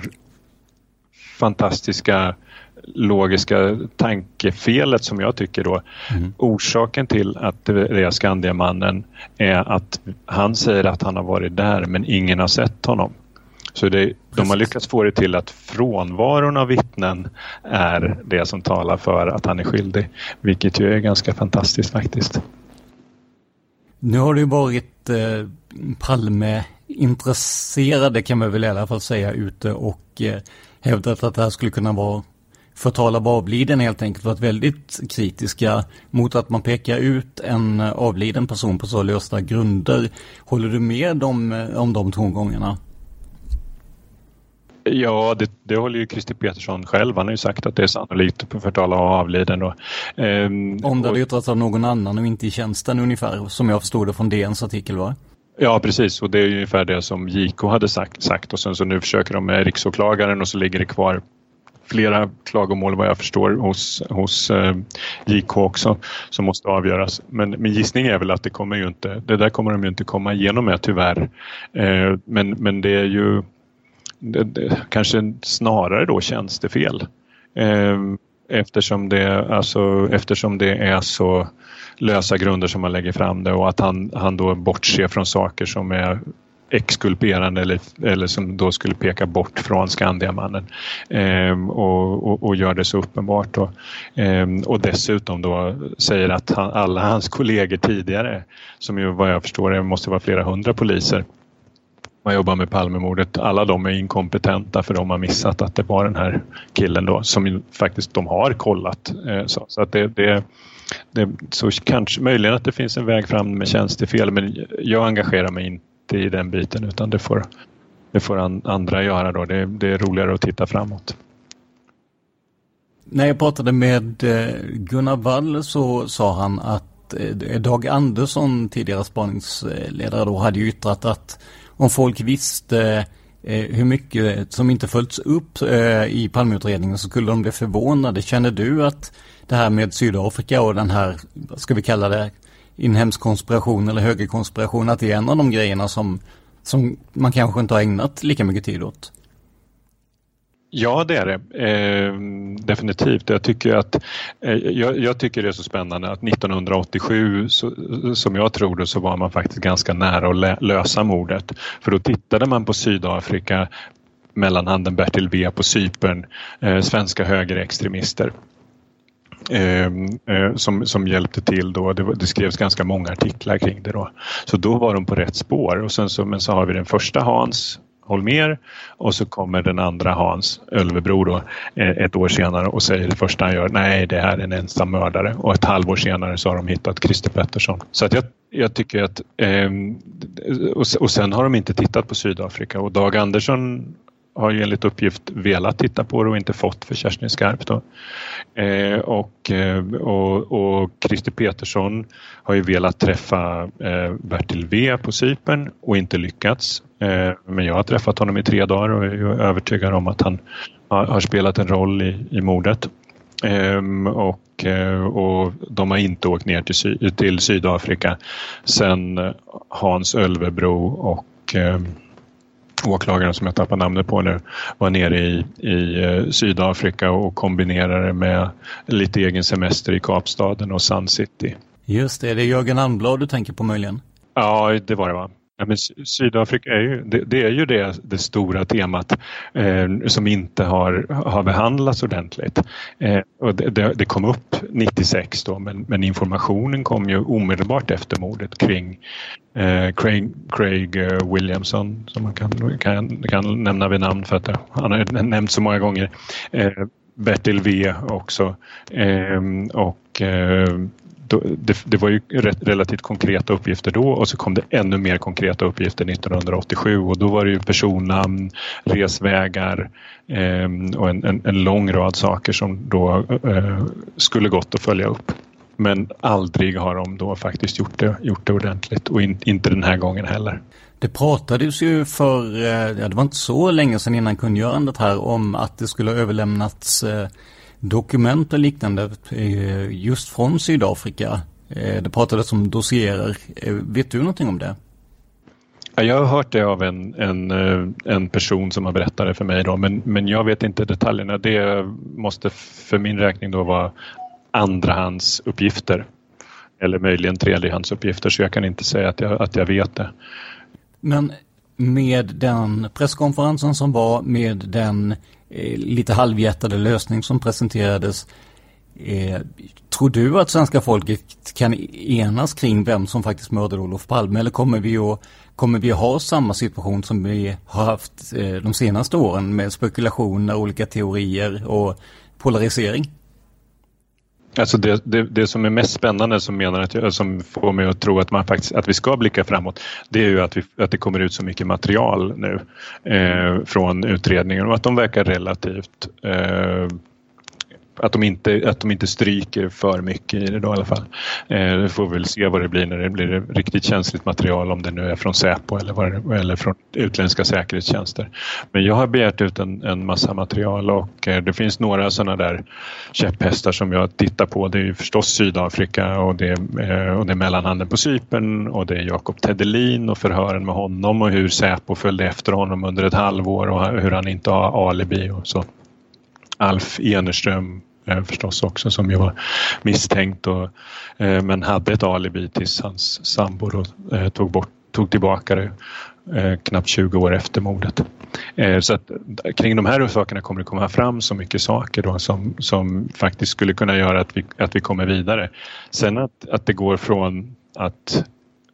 fantastiska logiska tankefelet som jag tycker då. Mm. Orsaken till att det är Skandiamannen är att han säger att han har varit där men ingen har sett honom. Så det, de har lyckats få det till att frånvaron av vittnen är det som talar för att han är skyldig. Vilket ju är ganska fantastiskt faktiskt. Nu har det ju varit eh, Palme-intresserade kan man väl i alla fall säga ute och eh, hävdat att det här skulle kunna vara förtal av avliden helt enkelt, varit väldigt kritiska mot att man pekar ut en avliden person på så lösta grunder. Håller du med om, om de tongångarna? Ja, det, det håller ju Christer Petersson själv. Han har ju sagt att det är sannolikt på förtal av avliden. Då. Ehm, Om det hade yttrats av någon annan och inte i tjänsten ungefär, som jag förstod det från D N:s artikel var. Ja, precis. Och det är ju ungefär det som J K hade sagt. sagt. Och sen så nu försöker de med riksåklagaren och så ligger det kvar flera klagomål vad jag förstår hos, hos eh, J K också som måste avgöras. Men min gissning är väl att det kommer ju inte, det där kommer de ju inte komma igenom med tyvärr. Eh, men, men det är ju Det, det, kanske snarare då tjänstefel eh, eftersom, det, alltså, eftersom det är så lösa grunder som man lägger fram det och att han, han då bortser från saker som är exkulperande eller, eller som då skulle peka bort från Skandiamannen eh, och, och, och gör det så uppenbart då. Eh, och dessutom då säger att han, alla hans kollegor tidigare, som ju vad jag förstår det måste vara flera hundra poliser man jobbar med Palmemordet, alla de är inkompetenta för de har missat att det var den här killen då som faktiskt de har kollat. Så, så att det, det, det så kanske möjligen att det finns en väg fram med tjänstefel, men jag engagerar mig inte i den biten utan det får, det får andra göra då. Det, det är roligare att titta framåt. När jag pratade med Gunnar Wall så sa han att Dag Andersson, tidigare spaningsledare då, hade yttrat att om folk visste eh, hur mycket som inte följts upp eh, i Palmeutredningen så skulle de bli förvånade. Känner du att det här med Sydafrika och den här, ska vi kalla det, inhemsk konspiration eller högerkonspiration, att det är en av de grejerna som, som man kanske inte har ägnat lika mycket tid åt? Ja, det är det. Eh, definitivt. Jag tycker, att, eh, jag, jag tycker det är så spännande att nittonhundraåttiosju, så, som jag tror det, så var man faktiskt ganska nära att lä- lösa mordet. För då tittade man på Sydafrika, mellanhanden Bertil W på Cypern, eh, svenska högerextremister. Eh, eh, som, som hjälpte till då. Det, det skrevs ganska många artiklar kring det då. Så då var de på rätt spår. Och sen så, men så har vi den första Hans Holmér och så kommer den andra Hans Ölvebro då ett år senare och säger det första han gör, nej det här är en ensam mördare, och ett halvår senare så har de hittat Christer Pettersson. Så att jag, jag tycker att eh, och, och sen har de inte tittat på Sydafrika, och Dag Andersson har ju enligt uppgift velat titta på det och inte fått för Kerstin Skarp då. Eh, och, och, och Christer Pettersson har ju velat träffa eh, Bertil W på Cypern och inte lyckats. Eh, men jag har träffat honom i tre dagar och är övertygad om att han har, har spelat en roll i, i mordet. Eh, och, och de har inte åkt ner till, Sy- till Sydafrika sen Hans Ölvebro och eh, åklagaren som jag tappar namnet på nu var nere i, i Sydafrika och kombinerade med lite egen semester i Kapstaden och Sun City. Just det, det är Jörgen Almblad du tänker på möjligen? Ja, det var det va. Ja, men Sydafrika är ju det, det är ju det, det stora temat eh, som inte har, har behandlats ordentligt. Eh, och det, det, det kom upp nittiosex då, men, men informationen kom ju omedelbart efter mordet kring eh, Craig, Craig eh, Williamson, som man kan, kan, kan nämna vid namn för att han har nämnt så många gånger. Eh, Bertil W också. Eh, och eh, Det, det var ju relativt konkreta uppgifter då, och så kom det ännu mer konkreta uppgifter nittonhundraåttiosju, och då var det ju personnamn, resvägar eh, och en, en, en lång rad saker som då eh, skulle gått att följa upp. Men aldrig har de då faktiskt gjort det, gjort det ordentligt, och in, inte den här gången heller. Det pratades ju för, ja, det var inte så länge sedan innan kungörandet här, om att det skulle överlämnats eh, dokument och liknande just från Sydafrika. Det pratades om dossierer. Vet du någonting om det? Jag har hört det av en, en, en person som har berättat det för mig då, men, men jag vet inte detaljerna. Det måste för min räkning då vara andrahandsuppgifter eller möjligen tredjehandsuppgifter, så jag kan inte säga att jag, att jag vet det. Men med den presskonferensen som var, med den eh, lite halvhjärtade lösning som presenterades, eh, tror du att svenska folket kan enas kring vem som faktiskt mördade Olof Palme, eller kommer vi att, kommer vi att ha samma situation som vi har haft eh, de senaste åren med spekulationer, olika teorier och polarisering? Alltså det, det, det som är mest spännande, som, menar att jag, som får mig att tro att, man faktiskt, att vi ska blicka framåt, det är ju att, vi, att det kommer ut så mycket material nu eh, från utredningen, och att de verkar relativt eh, att de inte att de inte stryker för mycket i det då i alla fall. Eh, vi får väl se vad det blir när det blir riktigt känsligt material, om det nu är från Säpo eller, vad det, eller från utländska säkerhetstjänster. Men jag har begärt ut en, en massa material, och eh, det finns några sådana där käpphästar som jag tittar på. Det är ju förstås Sydafrika, och det, eh, och det är mellanhanden på Cypern, och det är Jakob Tedelin och förhören med honom, och hur Säpo följde efter honom under ett halvår och hur han inte har alibi och så. Alf Enerström eh, förstås också, som ju var misstänkt och, eh, men hade ett alibi tills hans sambo då, eh, tog, bort, tog tillbaka det eh, knappt tjugo år efter mordet. Eh, så att kring de här sakerna kommer det komma fram så mycket saker då, som, som faktiskt skulle kunna göra att vi, att vi kommer vidare. Sen att, att det går från att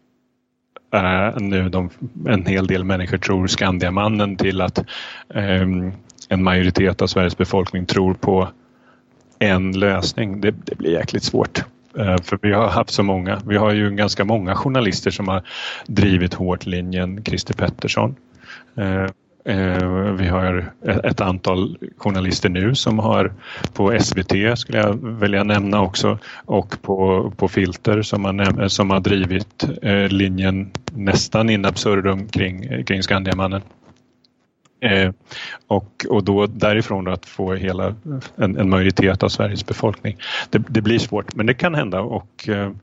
äh, nu de, en hel del människor tror Skandiamannen till att äh, en majoritet av Sveriges befolkning tror på en lösning. Det, det blir jäkligt svårt. Uh, för vi har haft så många. Vi har ju ganska många journalister som har drivit hårt linjen Christer Pettersson. Uh, uh, vi har ett, ett antal journalister nu som har på S V T, skulle jag vilja nämna också, och på, på Filter som har, näm- som har drivit uh, linjen nästan in absurdum kring, kring Skandiamannen. Eh, och, och då därifrån då att få hela en, en majoritet av Sveriges befolkning. Det, det blir svårt, men det kan hända, och eh,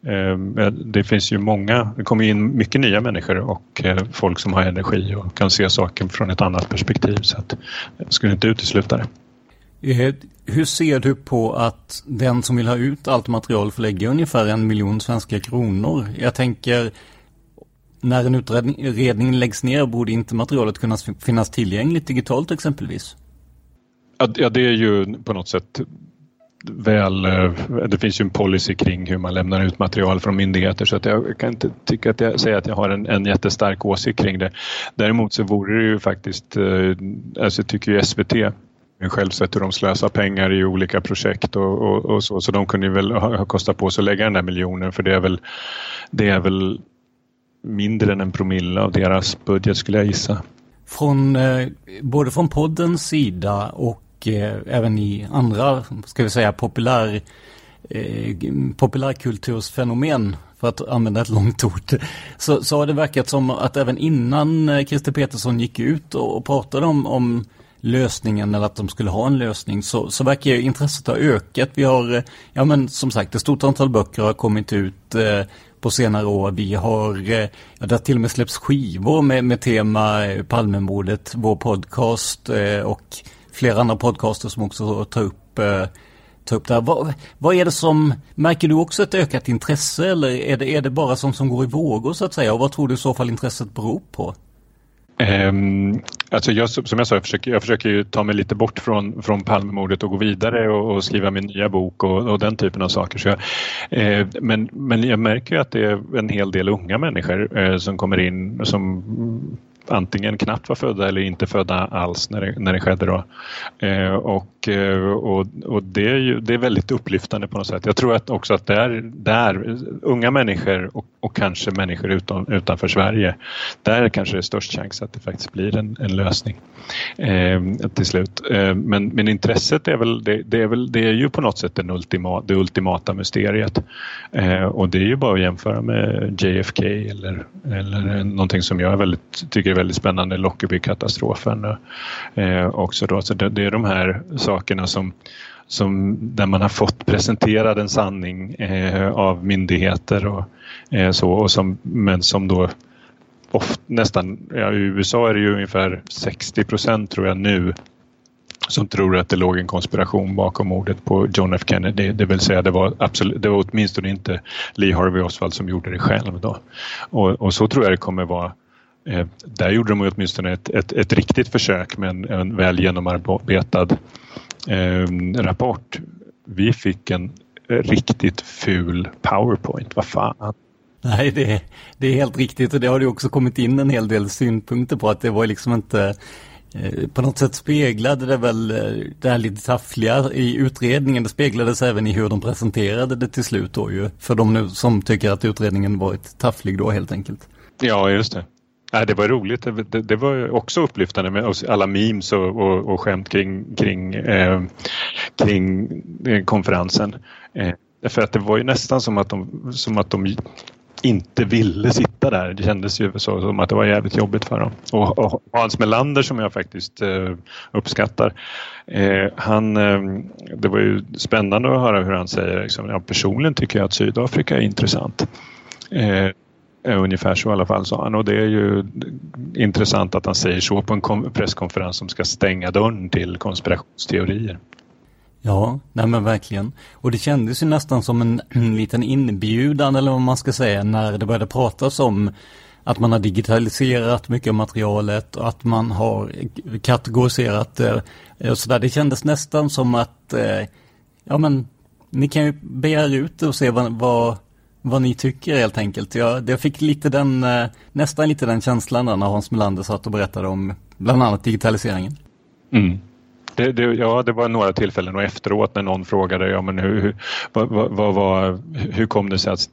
Det finns ju många, det kommer in mycket nya människor och folk som har energi och kan se saker från ett annat perspektiv, så att jag skulle inte utesluta det. Hur ser du på att den som vill ha ut allt material får lägga ungefär en miljon svenska kronor? Jag tänker, när en utredning läggs ner borde inte materialet kunna finnas tillgängligt digitalt exempelvis? Ja, det är ju på något sätt väl, det finns ju en policy kring hur man lämnar ut material från myndigheter, så att jag kan inte tycka att jag säger att jag har en, en jättestark åsikt kring det. Däremot så vore det ju faktiskt, alltså jag tycker ju S V T själv sett hur de slösar pengar i olika projekt och, och, och så, så de kunde ju väl ha, ha kostat på sig att lägga den där miljonen, för det är väl, det är väl mindre än en promille av deras budget, skulle jag gissa. Från, eh, både från poddens sida och eh, även i andra, ska vi säga, populär, eh, populärkultursfenomen, för att använda ett långt ord, så, så har det verkat som att även innan Christer Petersson gick ut och, och pratade om, om lösningen, eller att de skulle ha en lösning, så, så verkar intresset ha ökat. Vi har, ja men som sagt, ett stort antal böcker har kommit ut eh, på senare år. Vi har, eh, ja, det har till och med släppts skivor med, med tema eh, Palmemordet, vår podcast eh, och flera andra podcaster som också tar upp, eh, tar upp det här. Vad, vad är det som, märker du också ett ökat intresse, eller är det, är det bara som, som går i vågor så att säga, och vad tror du i så fall intresset beror på? Um, alltså jag, som jag sa, jag försöker, jag försöker ju ta mig lite bort från, från Palmemordet och gå vidare och, och skriva min nya bok och, och den typen av saker. Så jag, eh, men, men jag märker ju att det är en hel del unga människor eh, som kommer in som antingen knappt var födda eller inte födda alls när det, när det skedde då. Eh, och, och, och det är ju det är väldigt upplyftande på något sätt. Jag tror att också att där, där unga människor och, och kanske människor utan, utanför Sverige, där kanske det är störst chans att det faktiskt blir en, en lösning eh, till slut. Eh, men, men intresset är väl det, det är väl det är ju på något sätt den ultima, det ultimata mysteriet. Eh, och det är ju bara att jämföra med J F K eller, eller någonting som jag är väldigt, tycker är väldigt spännande, Lockerbie-katastrofen eh, också då. Så det, det är de här sakerna som, som där man har fått presenterad en sanning eh, av myndigheter och eh, så, och som, men som då ofta, nästan, ja, i U S A är det ju ungefär sextio procent tror jag nu som tror att det låg en konspiration bakom mordet på John F. Kennedy. Det vill säga det var absolut, det var åtminstone inte Lee Harvey Oswald som gjorde det själv då. Och, och så tror jag det kommer vara. Eh, där gjorde de åtminstone ett, ett, ett riktigt försök med en, en väl genomarbetad eh, rapport. Vi fick en riktigt ful PowerPoint. Vad fan? Nej, det, det är helt riktigt, och det har ju också kommit in en hel del synpunkter på att det var liksom inte eh, på något sätt speglade det väl eh, det här lite taffliga i utredningen. Det speglades även i hur de presenterade det till slut då ju, för de nu som tycker att utredningen varit tafflig då helt enkelt. Ja, just det. Nej, det var roligt. Det, det, det var också upplyftande med alla memes och, och, och skämt kring, kring, eh, kring konferensen. Eh, för att det var ju nästan som att de, som att de inte ville sitta där. Det kändes ju så, som att det var jävligt jobbigt för dem. Och, och Hans Melander, som jag faktiskt eh, uppskattar, eh, han, eh, det var ju spännande att höra hur han säger. Liksom, ja, personligen tycker jag att Sydafrika är intressant. Eh, Ungefär så i alla fall, sa han. Och det är ju intressant att han säger så på en presskonferens som ska stänga dörren till konspirationsteorier. Ja, nej men verkligen. Och det kändes ju nästan som en, en liten inbjudan, eller vad man ska säga, när det började pratas om att man har digitaliserat mycket av materialet och att man har kategoriserat det och sådär. Det kändes nästan som att eh, ja men ni kan ju begära ut det och se vad, vad vad ni tycker helt enkelt. Jag, jag fick lite den, nästan lite den känslan när Hans Melander satt och berättade om bland annat digitaliseringen. Mm. Det, det, ja, det var några tillfällen och efteråt när någon frågade ja, men hur, hur, vad, vad, vad, hur kom det sig att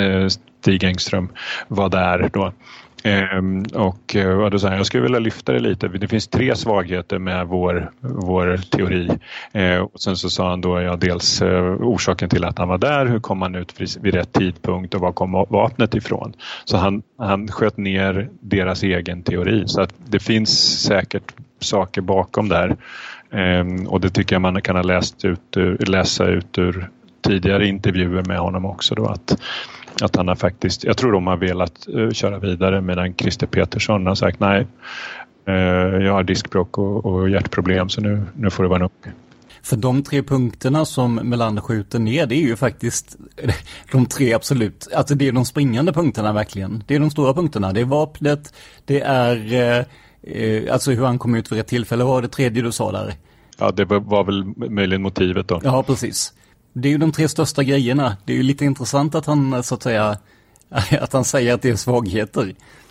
Stig Engström var där då? Ehm, och, och då sa jag, jag skulle vilja lyfta det lite. Det finns tre svagheter med vår, vår teori. Ehm, och sen så sa han då, ja, dels uh, orsaken till att han var där, hur kom han ut vid rätt tidpunkt och var kom vapnet ifrån. Så han, han sköt ner deras egen teori. Så att det finns säkert saker bakom där. Ehm, och det tycker jag man kan ha läst ut, läsa ut ur tidigare intervjuer med honom också då, att att han har faktiskt, jag tror de har velat uh, köra vidare, medan Christer Petersson har sagt nej, uh, jag har diskbråck och, och hjärtproblem, så nu, nu får det vara nog. För de tre punkterna som Melander skjuter ner, det är ju faktiskt de tre absolut, alltså det är de springande punkterna verkligen. Det är de stora punkterna, det är vapnet, det är eh, alltså hur han kom ut för ett tillfälle, vad var det tredje du sa där? Ja, det var väl möjligen motivet då. Ja, precis. Det är ju de tre största grejerna. Det är ju lite intressant att han, så att säga, att han säger att det är svagheter.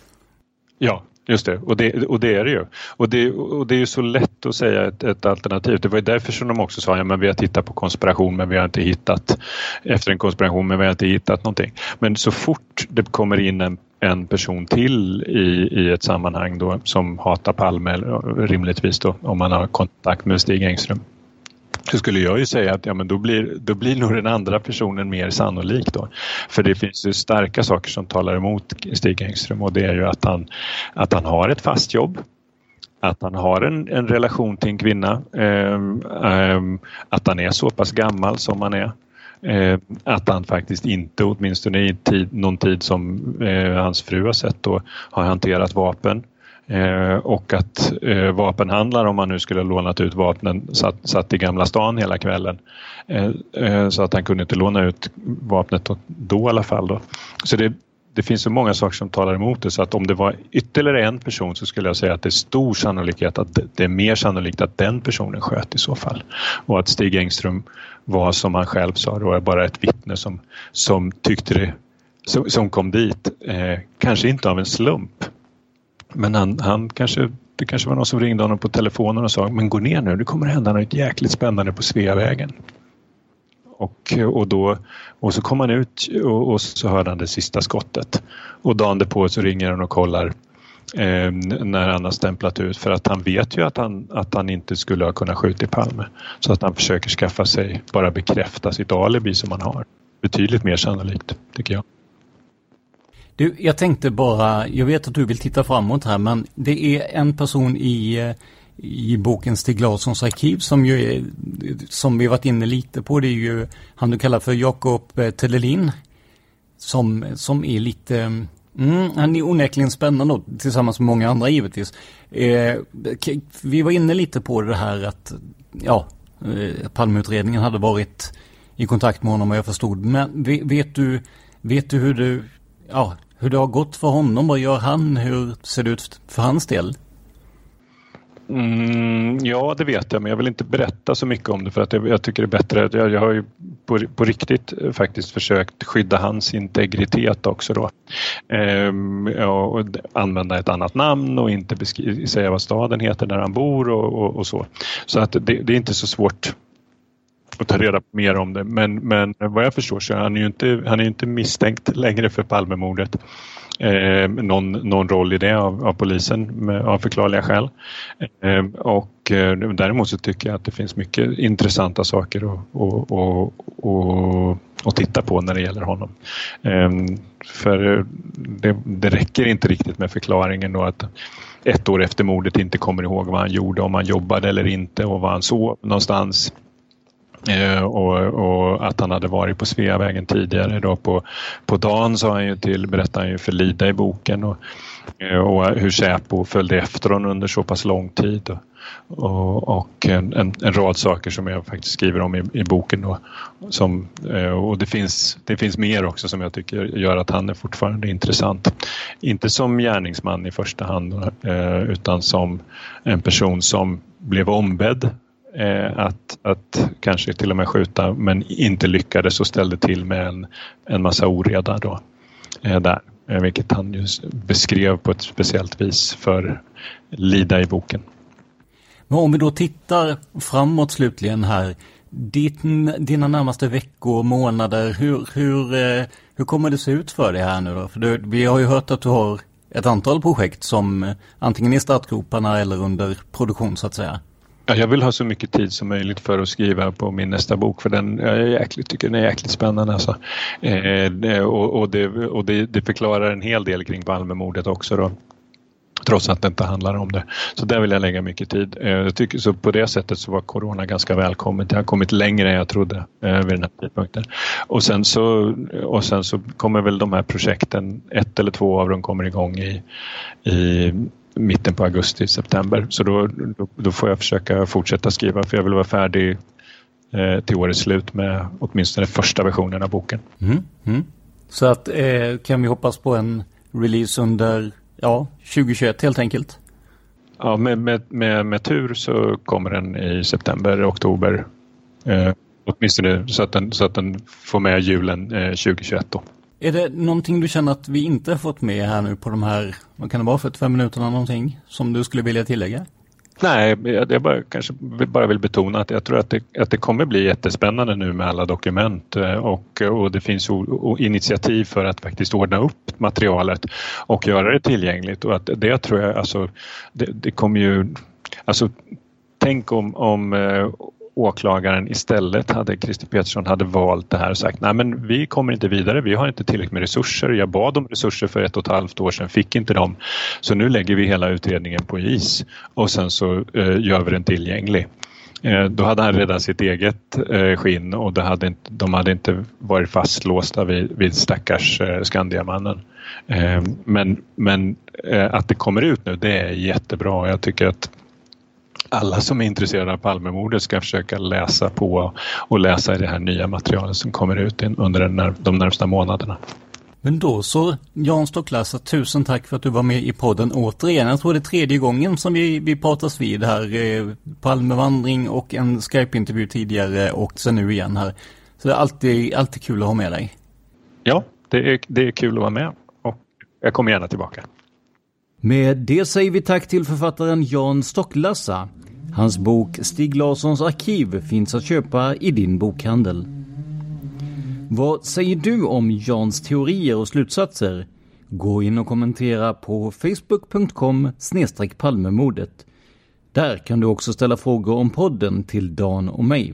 Ja, just det. Och det, och det är det ju. Och det, och det är ju så lätt att säga ett, ett alternativ. Det var ju därför som de också sa, ja men vi har tittat på konspiration men vi har inte hittat, efter en konspiration men vi har inte hittat någonting. Men så fort det kommer in en, en person till i, i ett sammanhang då, som hatar Palme, rimligtvis då, om man har kontakt med Stig Engström, så skulle jag ju säga att ja, men då, blir, då blir nog den andra personen mer sannolik då. För det finns ju starka saker som talar emot Stig Engström, och det är ju att han, att han har ett fast jobb, att han har en, en relation till en kvinna, eh, eh, att han är så pass gammal som han är. Eh, att han faktiskt inte, åtminstone i tid, någon tid som eh, hans fru har sett då, har hanterat vapen. Eh, och att eh, vapenhandlare, om man nu skulle ha lånat ut vapnen, satt, satt i Gamla stan hela kvällen. Eh, eh, så att han kunde inte låna ut vapnet då, då i alla fall. Då. Så det, det finns så många saker som talar emot det, så att om det var ytterligare en person så skulle jag säga att det är stor sannolikhet att det, det är mer sannolikt att den personen sköt i så fall. Och att Stig Engström var, som han själv sa, då, bara ett vittne som, som tyckte det, som, som kom dit. Eh, kanske inte av en slump. Men han, han kanske, det kanske var någon som ringde honom på telefonen och sa, men gå ner nu, det kommer hända något jäkligt spännande på Sveavägen. Och, och, då, och så kom han ut och, och så hörde han det sista skottet. Och dagen därpå så ringer han och kollar eh, när han har stämplat ut, för att han vet ju att han, att han inte skulle ha kunnat skjuta i Palme. Så att han försöker skaffa sig, bara bekräfta sitt alibi som han har. Betydligt mer sannolikt, tycker jag. Du, jag tänkte bara, jag vet att du vill titta framåt här, men det är en person i, i boken Stig Larssons arkiv som ju är, som vi varit inne lite på, det är ju han du kallar för Jakob Tedelin, som, som är lite, mm, han är onekligen spännande tillsammans med många andra givetvis. Eh, vi var inne lite på det här att, ja, Palmeutredningen hade varit i kontakt med honom och jag förstod, men vet du, vet du hur du, ja, hur det har gått för honom? Vad gör han? Hur ser det ut för hans del? Mm, ja, det vet jag, men jag vill inte berätta så mycket om det, för att jag, jag tycker det är bättre. Jag, jag har ju på, på riktigt faktiskt försökt skydda hans integritet också då. Ehm, ja, och använda ett annat namn och inte beskri- säga vad staden heter där han bor och, och, och så. Så att det, det är inte så svårt att ta reda på mer om det. Men, men vad jag förstår så är han ju inte, han är ju inte misstänkt längre för Palmemordet. Eh, någon, någon roll i det av, av polisen med, av förklarliga skäl. Eh, och eh, däremot så tycker jag att det finns mycket intressanta saker att, och, och, och, och titta på när det gäller honom. Eh, för det, det räcker inte riktigt med förklaringen då att ett år efter mordet inte kommer ihåg vad han gjorde, om han jobbade eller inte och vad han såg någonstans. Eh, och, och att han hade varit på Sveavägen tidigare då på, på dagen, så han ju till, berättar han ju för Lida i boken, och, och hur Säpo följde efter honom under så pass lång tid och, och, och en, en, en rad saker som jag faktiskt skriver om i, i boken då, som, och det finns, det finns mer också som jag tycker gör att han är fortfarande intressant, inte som gärningsman i första hand utan som en person som blev ombedd Att, att kanske till och med skjuta, men inte lyckades och ställde till med en, en massa oreda då, eh, där, eh, vilket han just beskrev på ett speciellt vis för Lida i boken. Men om vi då tittar framåt slutligen här, din, dina närmaste veckor, månader, hur, hur, eh, hur kommer det se ut för dig här nu då? För du, vi har ju hört att du har ett antal projekt som antingen är startgroparna eller under produktion så att säga. Ja, jag vill ha så mycket tid som möjligt för att skriva på min nästa bok, för den, jag jäkligt, tycker den är jäkligt spännande. Alltså. Eh, och och, det, och det, det förklarar en hel del kring Palmemordet också. Då. Trots att det inte handlar om det. Så där vill jag lägga mycket tid. Jag tycker så på det sättet så var corona ganska välkommet. Det har kommit längre än jag trodde eh, vid den här tidpunkten. Och sen så, och sen så kommer väl de här projekten, ett eller två av dem kommer igång i, i mitten på augusti, september. Så då, då, då får jag försöka fortsätta skriva för jag vill vara färdig eh, till årets slut med åtminstone första versionen av boken. Mm, mm. Så att eh, kan vi hoppas på en release under ja, tjugohundratjugoett helt enkelt? Ja, med, med, med, med tur så kommer den i september, oktober. Eh, åtminstone så att, den, så att den får med julen eh, tjugohundratjugoett då. Är det någonting du känner att vi inte har fått med här nu på de här, vad kan det vara, fyrtiofem minuterna någonting som du skulle vilja tillägga? Nej, jag bara, kanske bara vill betona att jag tror att det, att det kommer bli jättespännande nu med alla dokument och, och det finns o, o, initiativ för att faktiskt ordna upp materialet och göra det tillgängligt och att det tror jag, alltså det, det kommer ju, alltså tänk om, om åklagaren istället hade, Christer Petersson hade valt det här och sagt nej men vi kommer inte vidare, vi har inte tillräckligt med resurser, jag bad om resurser för ett och ett halvt år sedan, fick inte dem, så nu lägger vi hela utredningen på is och sen så eh, gör vi den tillgänglig. Eh, då hade han redan sitt eget eh, skinn och det hade inte, de hade inte varit fastlåsta vid, vid stackars eh, Skandiamannen. Eh, men men eh, att det kommer ut nu, det är jättebra. Jag tycker att alla som är intresserade av Palmemordet ska försöka läsa på och läsa i det här nya materialet som kommer ut under den när, de närmsta månaderna. Men då så, Jan Stocklassa, tusen tack för att du var med i podden återigen. Jag tror det är tredje gången som vi, vi pratas vid här. Eh, Palmevandring och en Skype-intervju tidigare och sen nu igen här. Så det är alltid, alltid kul att ha med dig. Ja, det är, det är kul att vara med och jag kommer gärna tillbaka. Med det säger vi tack till författaren Jan Stocklassa. Hans bok Stig Larssons arkiv finns att köpa i din bokhandel. Vad säger du om Jans teorier och slutsatser? Gå in och kommentera på facebook punkt com snedstreck palmemordet. Där kan du också ställa frågor om podden till Dan och mig.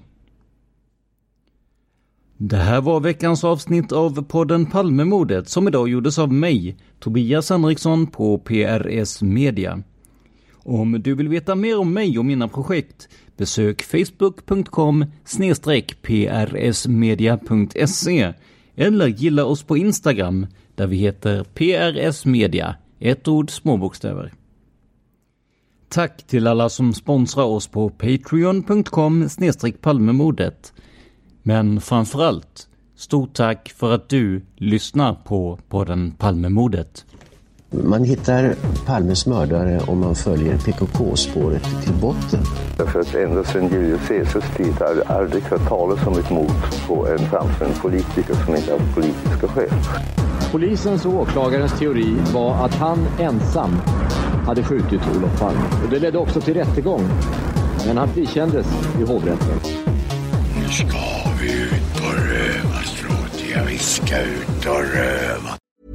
Det här var veckans avsnitt av podden Palmemordet som idag gjordes av mig, Tobias Henriksson på P R S Media. Om du vill veta mer om mig och mina projekt, besök facebook punkt com snedstreck p r s media punkt se eller gilla oss på Instagram där vi heter P R S Media, ett ord småbokstäver. Tack till alla som sponsrar oss på patreon punkt com snedstreck palmemordet. Men framförallt, stort tack för att du lyssnar på podden Palmemordet. Man hittar Palmes mördare om man följer P K K-spåret till botten. Därför att ända sedan Julius Caesars tid har det aldrig hört talas om ett mord på en framstående politiker som inte har politiska skäl. Polisens och åklagarens teori var att han ensam hade skjutit Olof Palme. Och det ledde också till rättegång. Men han frikändes i hovrätten. Nu ska vi ut och röva, Stråt. Vi ska ut och röva.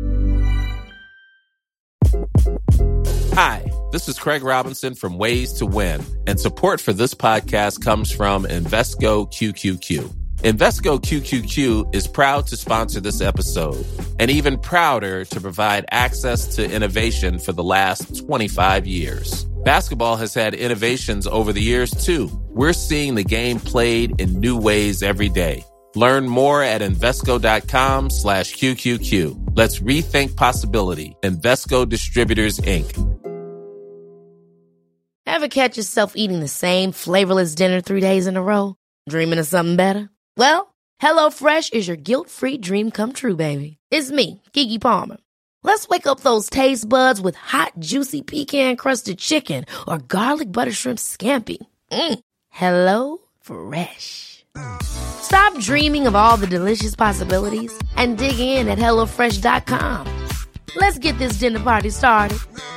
Hi, this is Craig Robinson from Ways to Win, and support for this podcast comes from Invesco Q Q Q. Invesco Q Q Q is proud to sponsor this episode, and even prouder to provide access to innovation for the last twenty-five years. Basketball has had innovations over the years, too. We're seeing the game played in new ways every day. Learn more at Invesco.com slash QQQ. Let's rethink possibility. Invesco Distributors, Incorporated. Ever catch yourself eating the same flavorless dinner three days in a row? Dreaming of something better? Well, HelloFresh is your guilt-free dream come true, baby. It's me, Keke Palmer. Let's wake up those taste buds with hot, juicy pecan-crusted chicken or garlic butter shrimp scampi. Mm. Hello Fresh. Stop dreaming of all the delicious possibilities and dig in at hello fresh dot com. Let's get this dinner party started.